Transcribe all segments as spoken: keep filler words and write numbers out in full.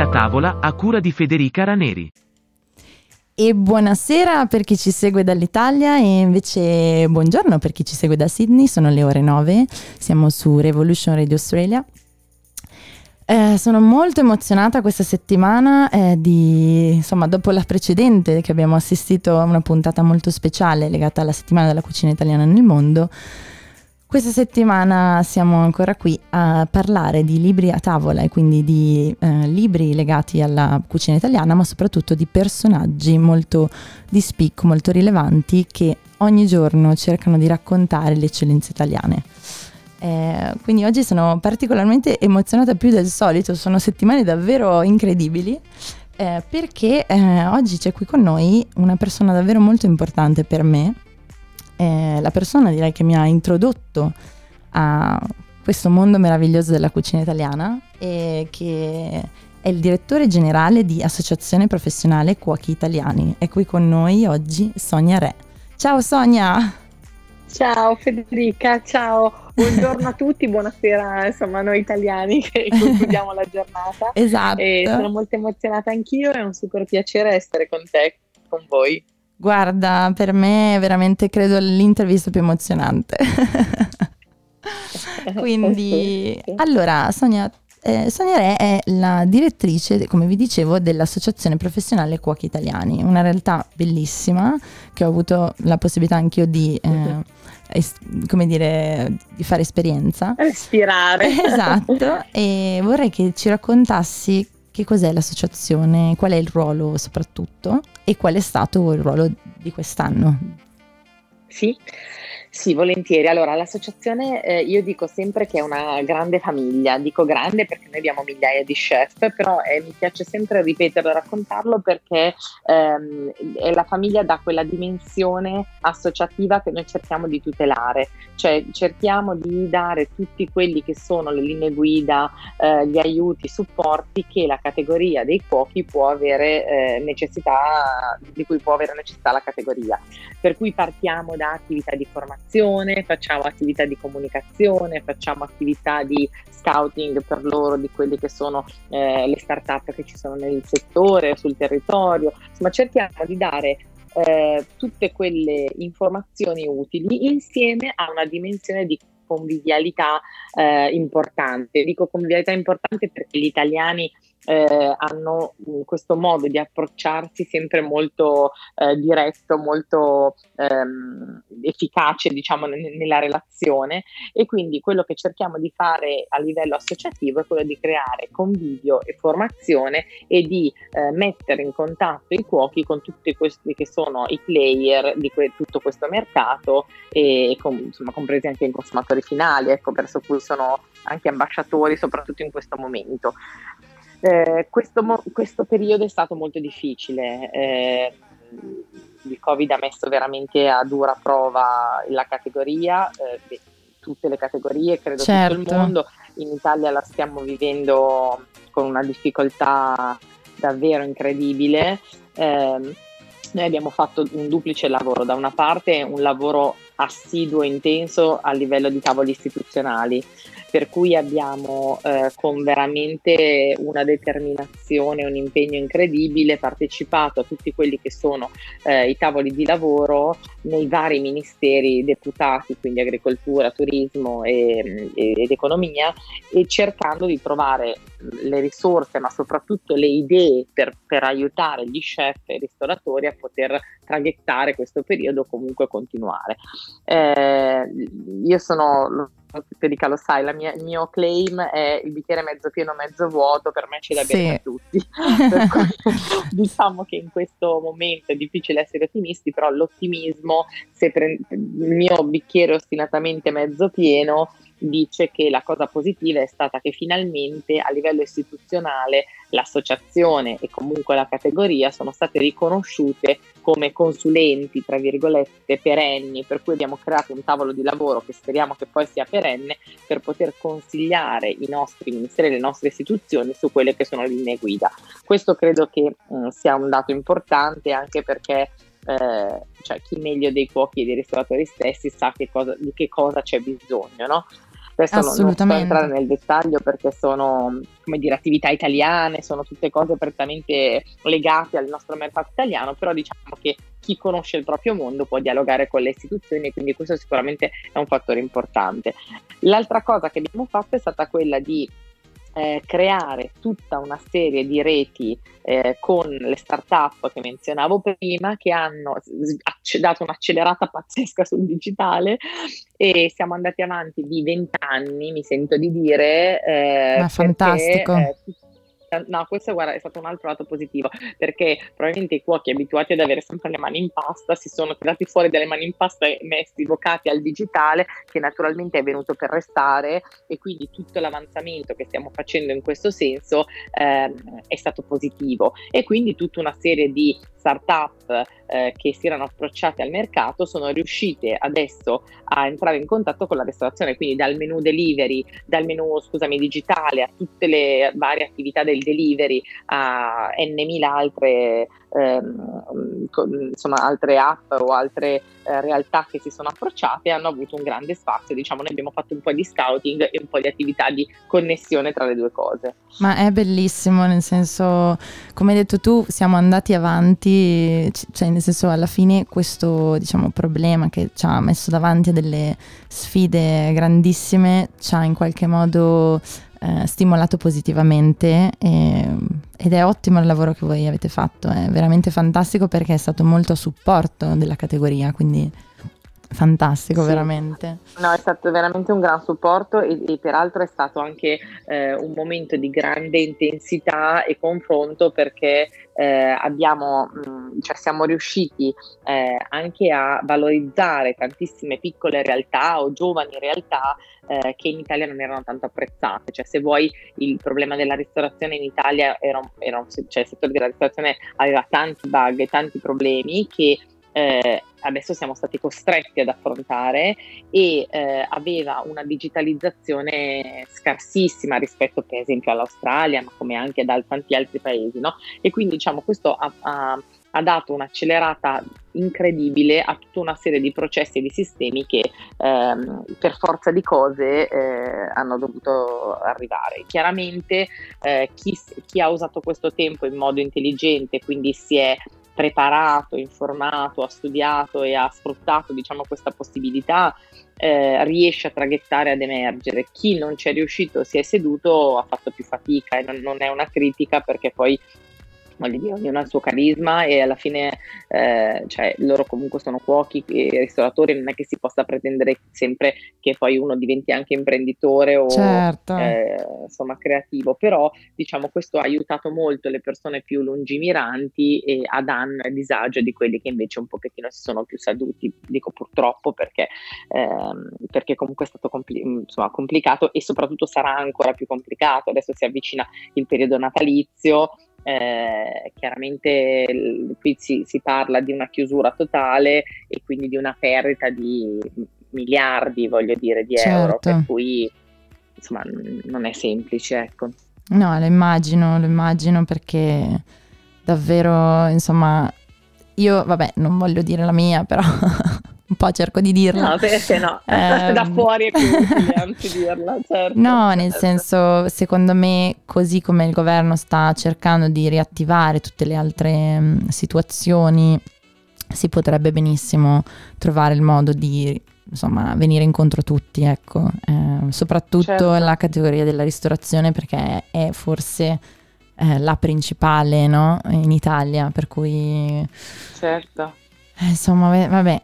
tavola a cura di Federica Raneri. E buonasera per chi ci segue dall'Italia e invece buongiorno per chi ci segue da Sydney, sono le ore nove, siamo su Revolution Radio Australia. Eh, sono molto emozionata questa settimana eh, di, insomma, dopo la precedente che abbiamo assistito a una puntata molto speciale legata alla settimana della cucina italiana nel mondo. Questa settimana siamo ancora qui a parlare di libri a tavola e quindi di eh, libri legati alla cucina italiana, ma soprattutto di personaggi molto di spicco, molto rilevanti che ogni giorno cercano di raccontare le eccellenze italiane. Eh, quindi oggi sono particolarmente emozionata più del solito, sono settimane davvero incredibili eh, perché eh, oggi c'è qui con noi una persona davvero molto importante per me. Eh, la persona direi che mi ha introdotto a questo mondo meraviglioso della cucina italiana e che è il direttore generale di Associazione Professionale Cuochi Italiani. È qui con noi oggi Sonia Re. Ciao Sonia! Ciao Federica, ciao, buongiorno a tutti, buonasera insomma a noi italiani che concludiamo la giornata. Esatto. E sono molto emozionata anch'io, è un super piacere essere con te, con voi. Guarda, per me è veramente, credo, l'intervista più emozionante. Quindi, sì, sì. allora, Sonia, eh, Sonia Re è la direttrice, come vi dicevo, dell'Associazione Professionale Cuochi Italiani, una realtà bellissima che ho avuto la possibilità anch'io di, eh, es- come dire, di fare esperienza. Respirare. Esatto, e vorrei che ci raccontassi che cos'è l'associazione, qual è il ruolo soprattutto e qual è stato il ruolo di quest'anno. Sì, sì, volentieri. Allora, l'associazione eh, io dico sempre che è una grande famiglia, dico grande perché noi abbiamo migliaia di chef, però eh, mi piace sempre ripeterlo e raccontarlo perché ehm, è la famiglia da quella dimensione associativa che noi cerchiamo di tutelare, cioè cerchiamo di dare tutti quelli che sono le linee guida, eh, gli aiuti, i supporti che la categoria dei cuochi può avere eh, necessità, di cui può avere necessità la categoria. Per cui partiamo da attività di formazione, facciamo attività di comunicazione, facciamo attività di scouting per loro di quelle che sono eh, le start-up che ci sono nel settore, sul territorio, insomma cerchiamo di dare eh, tutte quelle informazioni utili insieme a una dimensione di convivialità eh, importante. Dico convivialità importante perché gli italiani Eh, hanno mh, questo modo di approcciarsi sempre molto eh, diretto, molto ehm, efficace, diciamo, n- nella relazione, e quindi quello che cerchiamo di fare a livello associativo è quello di creare convivio e formazione e di eh, mettere in contatto i cuochi con tutti questi che sono i player di que- tutto questo mercato e com- insomma compresi anche i consumatori finali, ecco, verso cui sono anche ambasciatori soprattutto in questo momento. Eh, questo, mo- questo periodo è stato molto difficile, eh, il Covid ha messo veramente a dura prova la categoria, eh, beh, tutte le categorie, credo Certo. tutto il mondo. In Italia la stiamo vivendo con una difficoltà davvero incredibile. Eh, noi abbiamo fatto un duplice lavoro, da una parte un lavoro assiduo e intenso a livello di tavoli istituzionali, per cui abbiamo eh, con veramente una determinazione, un impegno incredibile partecipato a tutti quelli che sono eh, i tavoli di lavoro nei vari ministeri deputati, quindi agricoltura, turismo e, e, ed economia, e cercando di trovare le risorse ma soprattutto le idee per, per aiutare gli chef e i ristoratori a poter traghettare questo periodo, comunque continuare. Eh, io sono, Federica lo sai, la mia, il mio claim è il bicchiere mezzo pieno mezzo vuoto, per me c'è da bere Sì. per tutti. Per cui, diciamo che in questo momento è difficile essere ottimisti, però l'ottimismo, se pre- il mio bicchiere ostinatamente mezzo pieno, dice che la cosa positiva è stata che finalmente a livello istituzionale l'associazione e comunque la categoria sono state riconosciute come consulenti, tra virgolette, perenni, per cui abbiamo creato un tavolo di lavoro che speriamo che poi sia perenne per poter consigliare i nostri ministeri e le nostre istituzioni su quelle che sono le linee guida. Questo credo che mh, sia un dato importante, anche perché eh, cioè chi meglio dei cuochi e dei ristoratori stessi sa che cosa, di che cosa c'è bisogno, no? Adesso non, non sto a Assolutamente. entrare nel dettaglio perché sono, come dire, attività italiane, sono tutte cose prettamente legate al nostro mercato italiano, però diciamo che chi conosce il proprio mondo può dialogare con le istituzioni e quindi questo sicuramente è un fattore importante. L'altra cosa che abbiamo fatto è stata quella di Eh, creare tutta una serie di reti eh, con le start-up che menzionavo prima, che hanno acc- dato un'accelerata pazzesca sul digitale, e siamo andati avanti di vent'anni, mi sento di dire, eh, Ma è fantastico. perché eh, no, questo guarda, è stato un altro lato positivo, perché probabilmente i cuochi abituati ad avere sempre le mani in pasta si sono tirati fuori dalle mani in pasta e messi vocati al digitale, che naturalmente è venuto per restare, e quindi tutto l'avanzamento che stiamo facendo in questo senso ehm, è stato positivo, e quindi tutta una serie di start-up eh, che si erano approcciate al mercato sono riuscite adesso a entrare in contatto con la ristorazione, quindi dal menu delivery, dal menu scusami digitale, a tutte le varie attività del delivery, a n mila altre ehm, insomma altre app o altre eh, realtà che si sono approcciate e hanno avuto un grande spazio. Diciamo, noi abbiamo fatto un po' di scouting e un po' di attività di connessione tra le due cose. Ma è bellissimo, nel senso, come hai detto tu, siamo andati avanti, c- cioè nel senso, alla fine questo, diciamo, problema che ci ha messo davanti a delle sfide grandissime ci ha in qualche modo eh, stimolato positivamente, e- ed è ottimo il lavoro che voi avete fatto, è veramente fantastico perché è stato molto a supporto della categoria, quindi fantastico, Sì. veramente. No, è stato veramente un gran supporto, e, e peraltro è stato anche eh, un momento di grande intensità e confronto, perché eh, abbiamo, mh, cioè siamo riusciti eh, anche a valorizzare tantissime piccole realtà o giovani realtà eh, che in Italia non erano tanto apprezzate. Cioè, se vuoi, il problema della ristorazione in Italia era, un- era un- cioè il settore della ristorazione aveva tanti bug e tanti problemi che eh, adesso siamo stati costretti ad affrontare, e eh, aveva una digitalizzazione scarsissima rispetto per esempio all'Australia, ma come anche ad al- tanti altri paesi, no? E quindi diciamo questo ha, ha- ha dato un'accelerata incredibile a tutta una serie di processi e di sistemi che ehm, per forza di cose eh, hanno dovuto arrivare. Chiaramente eh, chi, chi ha usato questo tempo in modo intelligente, quindi si è preparato, informato, ha studiato e ha sfruttato, diciamo, questa possibilità, eh, riesce a traghettare, ad emergere. Chi non ci è riuscito, si è seduto, ha fatto più fatica, e non, non è una critica, perché poi, voglio dire, ognuno ha il suo carisma, e alla fine eh, cioè, loro comunque sono cuochi e ristoratori, non è che si possa pretendere sempre che poi uno diventi anche imprenditore o Certo. eh, insomma creativo, però diciamo questo ha aiutato molto le persone più lungimiranti e a danno e disagio di quelli che invece un pochettino si sono più seduti, dico purtroppo, perché, ehm, perché comunque è stato compli- insomma, complicato, e soprattutto sarà ancora più complicato. Adesso si avvicina il periodo natalizio. Eh, chiaramente l- qui si, si parla di una chiusura totale e quindi di una perdita di miliardi, voglio dire, di euro, Certo. per cui insomma n- non è semplice, ecco. No, lo immagino, lo immagino perché davvero, insomma, io, vabbè, non voglio dire la mia, però un po' cerco di dirla. No, perché no? Ehm, Da fuori è più utile anzi dirla, certo. No, nel certo. senso, secondo me, così come il governo sta cercando di riattivare tutte le altre mh, situazioni, si potrebbe benissimo trovare il modo di, insomma, venire incontro a tutti, ecco. Eh, soprattutto Certo. la categoria della ristorazione, perché è forse eh, la principale, no? In Italia, per cui Certo. eh, insomma, ve- vabbè,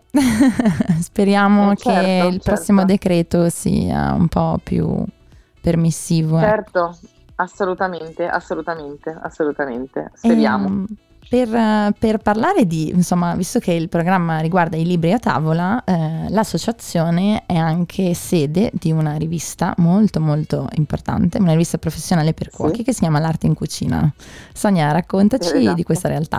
speriamo Eh, che certo, il prossimo certo. decreto sia un po' più permissivo, ecco. Certo, assolutamente, assolutamente, assolutamente. Speriamo. Ehm, per, eh, per parlare di, insomma, visto che il programma riguarda i libri a tavola, eh, l'associazione è anche sede di una rivista molto molto importante, una rivista professionale per Sì. cuochi che si chiama L'Arte in Cucina. Sonia, raccontaci Esatto. di questa realtà.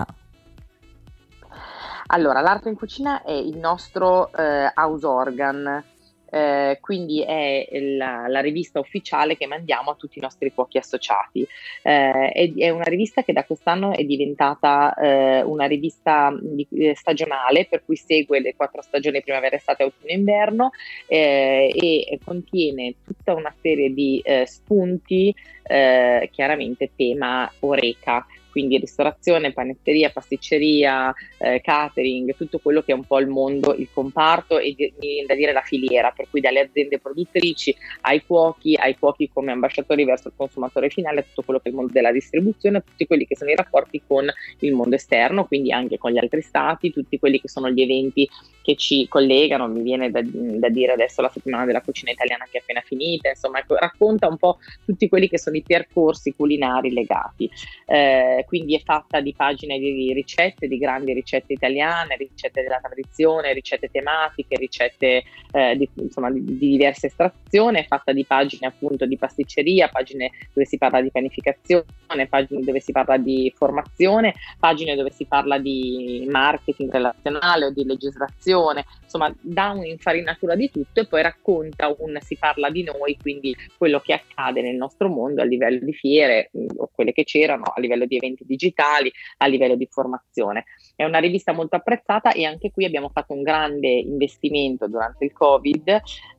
Allora, l'arte in cucina è il nostro eh, house organ. eh, quindi è la, la rivista ufficiale che mandiamo a tutti i nostri cuochi associati. Eh, è, è una rivista che da quest'anno è diventata eh, una rivista di, eh, stagionale, per cui segue le quattro stagioni: primavera, estate, autunno e inverno, eh, e contiene tutta una serie di eh, spunti, eh, chiaramente tema Horeca, quindi ristorazione, panetteria, pasticceria, eh, catering, tutto quello che è un po' il mondo, il comparto e di, da dire la filiera, per cui dalle aziende produttrici ai cuochi, ai cuochi come ambasciatori verso il consumatore finale, tutto quello che è il mondo della distribuzione, tutti quelli che sono i rapporti con il mondo esterno, quindi anche con gli altri stati, tutti quelli che sono gli eventi che ci collegano. Mi viene da, da dire adesso la settimana della cucina italiana che è appena finita, insomma, ecco, racconta un po' tutti quelli che sono i percorsi culinari legati. Eh, quindi è fatta di pagine di ricette, di grandi ricette italiane, ricette della tradizione, ricette tematiche, ricette eh, di, insomma, di, di diversa estrazione, è fatta di pagine appunto di pasticceria, pagine dove si parla di pianificazione, pagine dove si parla di formazione, pagine dove si parla di marketing relazionale o di legislazione, insomma dà un'infarinatura di tutto e poi racconta un si parla di noi, quindi quello che accade nel nostro mondo a livello di fiere o quelle che c'erano, a livello di eventi digitali, a livello di formazione. È una rivista molto apprezzata e anche qui abbiamo fatto un grande investimento durante il Covid,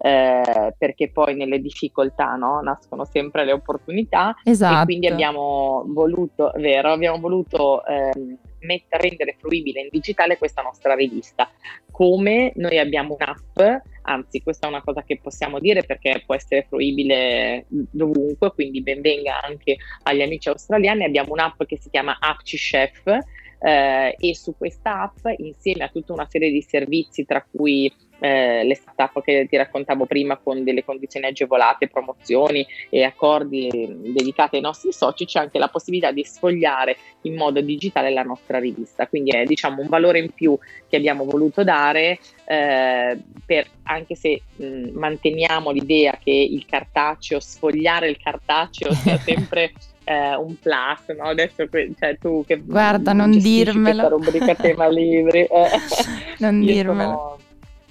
eh, perché poi nelle difficoltà, no, nascono sempre le opportunità. Esatto. E quindi abbiamo voluto, vero, abbiamo voluto ehm, met- rendere fruibile in digitale questa nostra rivista. Come noi abbiamo un'app, anzi questa è una cosa che possiamo dire perché può essere fruibile dovunque, quindi benvenga anche agli amici australiani, abbiamo un'app che si chiama Acci Chef, eh, e su questa app, insieme a tutta una serie di servizi, tra cui eh, le startup che ti raccontavo prima con delle condizioni agevolate, promozioni e accordi dedicati ai nostri soci, c'è anche la possibilità di sfogliare in modo digitale la nostra rivista, quindi è, diciamo, un valore in più che abbiamo voluto dare, eh, per, anche se mh, manteniamo l'idea che il cartaceo, sfogliare il cartaceo sia sempre eh, un plus, no? Adesso cioè, tu che guarda, non dirmelo, questa rubrica tema libri, eh, non io dirmelo. sono,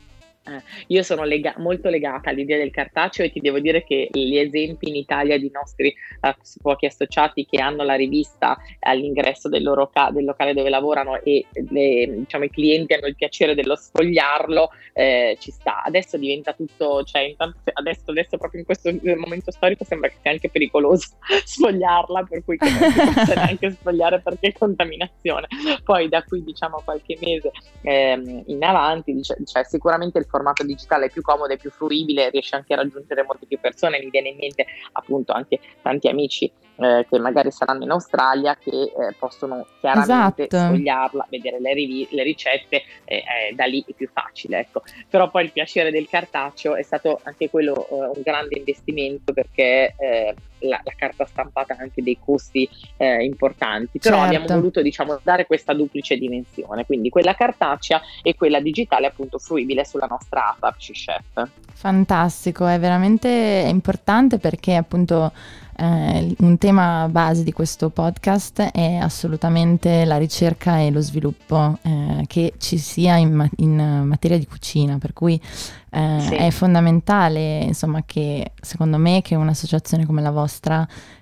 eh, io sono lega- molto legata all'idea del cartaceo e ti devo dire che gli esempi in Italia di nostri uh, cuochi associati che hanno la rivista all'ingresso del loro ca- del locale dove lavorano e le, diciamo, i clienti hanno il piacere dello sfogliarlo, eh, ci sta. Adesso diventa tutto, cioè intanto adesso, adesso proprio in questo momento storico sembra che sia anche pericoloso sfogliarla, per cui che non si possa neanche sfogliare perché contaminazione. Poi da qui, diciamo, qualche mese ehm, in avanti, dice, cioè sicuramente il formato digitale è più comodo, è più fruibile, riesce anche a raggiungere molte più persone. Mi viene in mente appunto anche tanti amici eh, che magari saranno in Australia che eh, possono chiaramente Esatto. sfogliarla, vedere le, rivi- le ricette, eh, eh, da lì è più facile, ecco. Però poi il piacere del cartaceo è stato anche quello eh, un grande investimento, perché eh, la, la carta stampata ha anche dei costi eh, importanti, però Certo. abbiamo voluto, diciamo, dare questa duplice dimensione, quindi quella cartacea e quella digitale appunto fruibile sulla nostra app Acci Chef. Fantastico, è veramente importante perché appunto eh, un tema base di questo podcast è assolutamente la ricerca e lo sviluppo, eh, che ci sia in, ma- in materia di cucina, per cui eh, Sì. è fondamentale, insomma, che secondo me che un'associazione come la vostra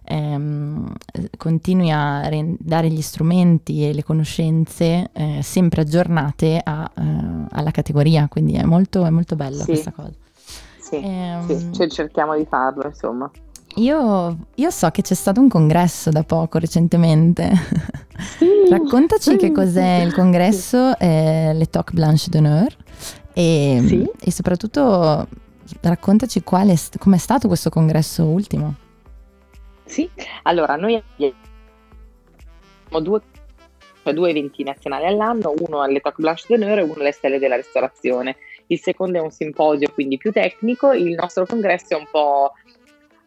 ehm, continui a ren- dare gli strumenti e le conoscenze eh, sempre aggiornate a, eh, alla categoria, quindi è molto, è molto bella Sì. questa cosa. Sì, Ehm, sì, cioè, cerchiamo di farlo, insomma. Io, io so che c'è stato un congresso da poco, recentemente. Sì, Raccontaci sì, che cos'è sì. il congresso, eh, Le Toque Blanche d'Honneur, e, Sì. e soprattutto raccontaci qual è, st- com'è stato questo congresso ultimo. Sì, allora noi abbiamo due, cioè due eventi nazionali all'anno, uno alle Toque Blanche d'Honneur e uno alle Stelle della Ristorazione. Il secondo è un simposio, quindi più tecnico. Il nostro congresso è un po',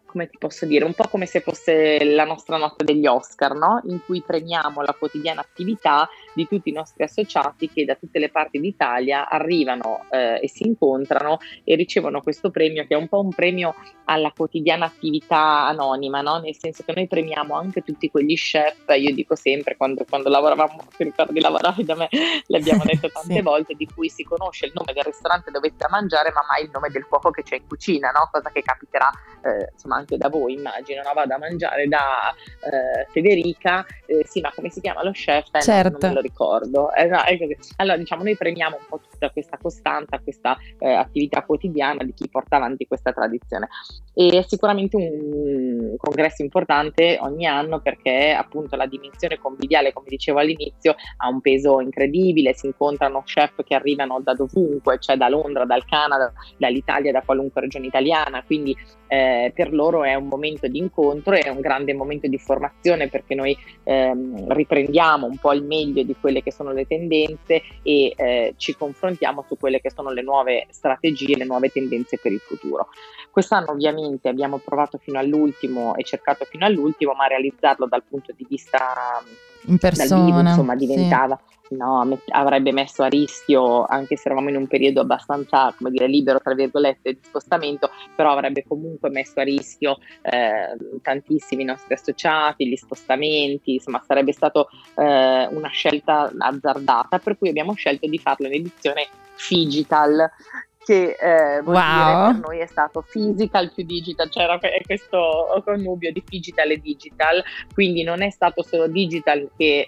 come ti posso dire, un po' come se fosse la nostra notte degli Oscar, no? In cui premiamo la quotidiana attività di tutti i nostri associati che da tutte le parti d'Italia arrivano eh, e si incontrano e ricevono questo premio, che è un po' un premio alla quotidiana attività anonima, no? Nel senso che noi premiamo anche tutti quegli chef. Io dico sempre, quando, quando lavoravamo, ti ricordi, lavoravi da me, l'abbiamo detto tante Sì. volte, di cui si conosce il nome del ristorante dove siete a mangiare, ma mai il nome del cuoco che c'è in cucina, no? Cosa che capiterà eh, insomma anche da voi, immagino, no? Vado a mangiare da eh, Federica, eh, sì, ma come si chiama lo chef? Eh, Certo. no, non me lo ricordo. Eh, no, è così. Allora, diciamo, noi premiamo un po' tutta questa costanza, questa eh, attività quotidiana di chi porta avanti questa tradizione. E è sicuramente un congresso importante ogni anno, perché appunto la dimensione conviviale, come dicevo all'inizio, ha un peso incredibile. Si incontrano chef che arrivano da dovunque, cioè da Londra, dal Canada, dall'Italia, da qualunque regione italiana, quindi eh, per loro è un momento di incontro, è un grande momento di formazione, perché noi ehm, riprendiamo un po' il meglio di quelle che sono le tendenze e eh, ci confrontiamo su quelle che sono le nuove strategie, le nuove tendenze per il futuro. Quest'anno ovviamente abbiamo provato fino all'ultimo e cercato fino all'ultimo, ma realizzarlo dal punto di vista in persona, dal vivo, insomma, sì. diventava no, met- avrebbe messo a rischio, anche se eravamo in un periodo abbastanza, come dire, libero tra virgolette di spostamento, però avrebbe comunque messo a rischio eh, tantissimi nostri associati, gli spostamenti, insomma sarebbe stato eh, una scelta azzardata, per cui abbiamo scelto di farlo in edizione phygital, che eh, vuol Wow. dire per noi è stato physical più digital, c'era cioè questo connubio di phygital e digital, quindi non è stato solo digital che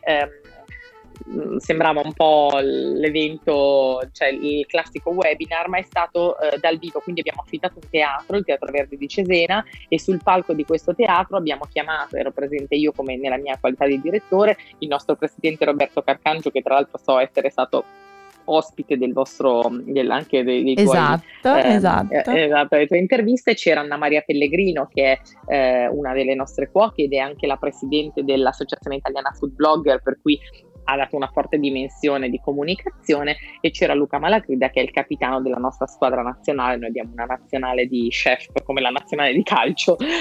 ehm, sembrava un po' l'evento, cioè il classico webinar, ma è stato eh, dal vivo, quindi abbiamo affittato un teatro, il Teatro Verdi di Cesena, e sul palco di questo teatro abbiamo chiamato, ero presente io come nella mia qualità di direttore, il nostro presidente Roberto Carcangio, che tra l'altro so essere stato ospite del vostro del, anche dei, dei Esatto, tuoi ehm, esatto. eh, eh, per le tue interviste. C'era Anna Maria Pellegrino, che è eh, una delle nostre cuoche ed è anche la presidente dell'Associazione Italiana Food Blogger, per cui ha dato una forte dimensione di comunicazione, e c'era Luca Malagrida, che è il capitano della nostra squadra nazionale. Noi abbiamo una nazionale di chef come la nazionale di calcio che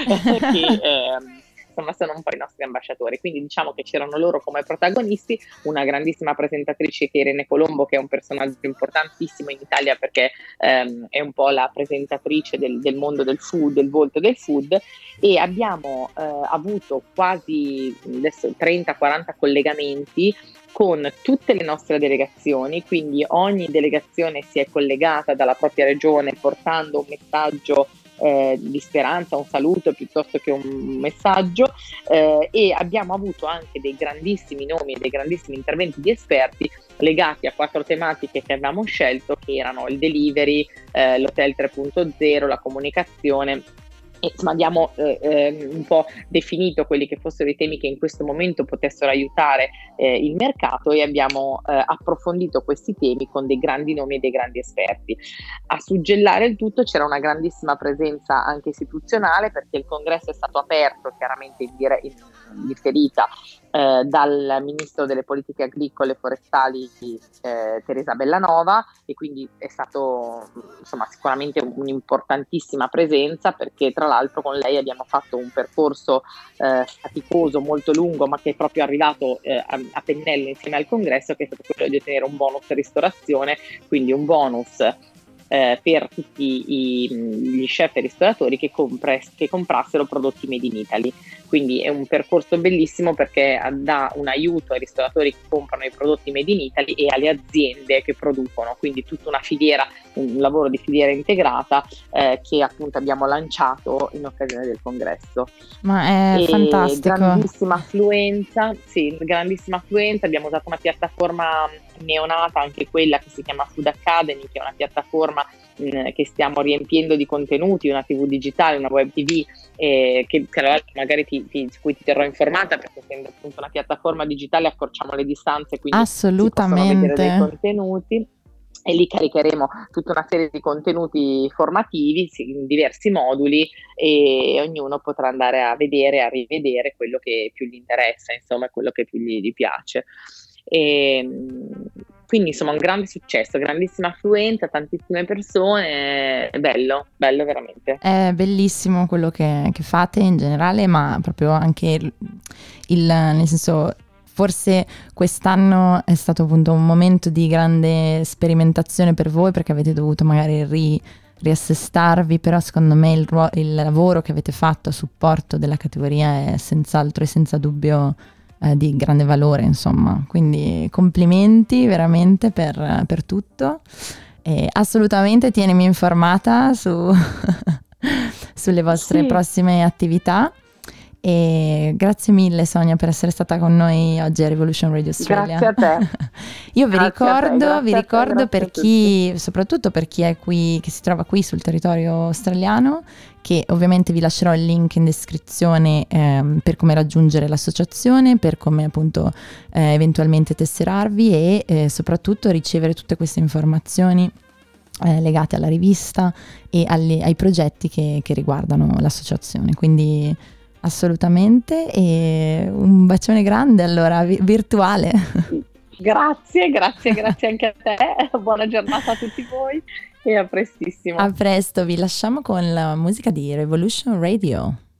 ehm, insomma sono un po' i nostri ambasciatori, quindi diciamo che c'erano loro come protagonisti, una grandissima presentatrice che è Irene Colombo, che è un personaggio importantissimo in Italia, perché ehm, è un po' la presentatrice del, del mondo del food, del volto del food, e abbiamo eh, avuto quasi adesso trenta quaranta collegamenti con tutte le nostre delegazioni, quindi ogni delegazione si è collegata dalla propria regione portando un messaggio Eh, di speranza, un saluto piuttosto che un messaggio, eh, e abbiamo avuto anche dei grandissimi nomi e dei grandissimi interventi di esperti legati a quattro tematiche che avevamo scelto, che erano il delivery, eh, l'hotel tre punto zero, la comunicazione. E, insomma, abbiamo eh, eh, un po' definito quelli che fossero i temi che in questo momento potessero aiutare eh, il mercato, e abbiamo eh, approfondito questi temi con dei grandi nomi e dei grandi esperti. A suggellare il tutto c'era una grandissima presenza anche istituzionale, perché il congresso è stato aperto chiaramente in, dire- in differita eh, dal ministro delle politiche agricole e forestali eh, Teresa Bellanova, e quindi è stato insomma sicuramente un'importantissima presenza, perché tra l'altro con lei abbiamo fatto un percorso eh, faticoso, molto lungo, ma che è proprio arrivato eh, a, a pennello insieme al congresso, che è stato quello di ottenere un bonus ristorazione, quindi un bonus eh, per tutti i, gli chef e ristoratori che, compres- che comprassero prodotti made in Italy. Quindi è un percorso bellissimo, perché dà un aiuto ai ristoratori che comprano i prodotti made in Italy e alle aziende che producono, quindi tutta una filiera, un lavoro di filiera integrata eh, che appunto abbiamo lanciato in occasione del congresso. Ma è E fantastico. grandissima affluenza, sì, grandissima affluenza. Abbiamo usato una piattaforma neonata, anche quella che si chiama Food Academy, che è una piattaforma mh, che stiamo riempiendo di contenuti, una tivù digitale, una web tv, eh, che tra l'altro magari ti, ti, su cui ti terrò informata, perché essendo appunto una piattaforma digitale accorciamo le distanze, quindi si possono vedere dei Assolutamente. contenuti. E lì caricheremo tutta una serie di contenuti formativi in diversi moduli, e ognuno potrà andare a vedere, a rivedere quello che più gli interessa, insomma quello che più gli, gli piace. E, quindi insomma un grande successo, grandissima affluenza, tantissime persone, è bello, bello veramente. È bellissimo quello che, che fate in generale, ma proprio anche il, il nel senso, forse quest'anno è stato appunto un momento di grande sperimentazione per voi, perché avete dovuto magari ri, riassestarvi, però secondo me il, ruo- il lavoro che avete fatto a supporto della categoria è senz'altro e senza dubbio eh, di grande valore, insomma. Quindi complimenti veramente per, per tutto. E assolutamente tienimi informata su sulle vostre Sì. prossime attività. E grazie mille Sonia per essere stata con noi oggi a Revolution Radio Australia. Grazie a te. Io vi Grazie a te, ricordo, grazie vi a te, ricordo grazie per a tutti. chi, soprattutto per chi è qui, che si trova qui sul territorio australiano, che ovviamente vi lascerò il link in descrizione ehm, per come raggiungere l'associazione, per come appunto eh, eventualmente tesserarvi e eh, soprattutto ricevere tutte queste informazioni eh, legate alla rivista e alle- ai progetti che, che riguardano l'associazione. Quindi assolutamente, e un bacione grande allora, vi- virtuale. Grazie, grazie, grazie anche a te. Buona giornata a tutti voi e a prestissimo. A presto, vi lasciamo con la musica di Revolution Radio.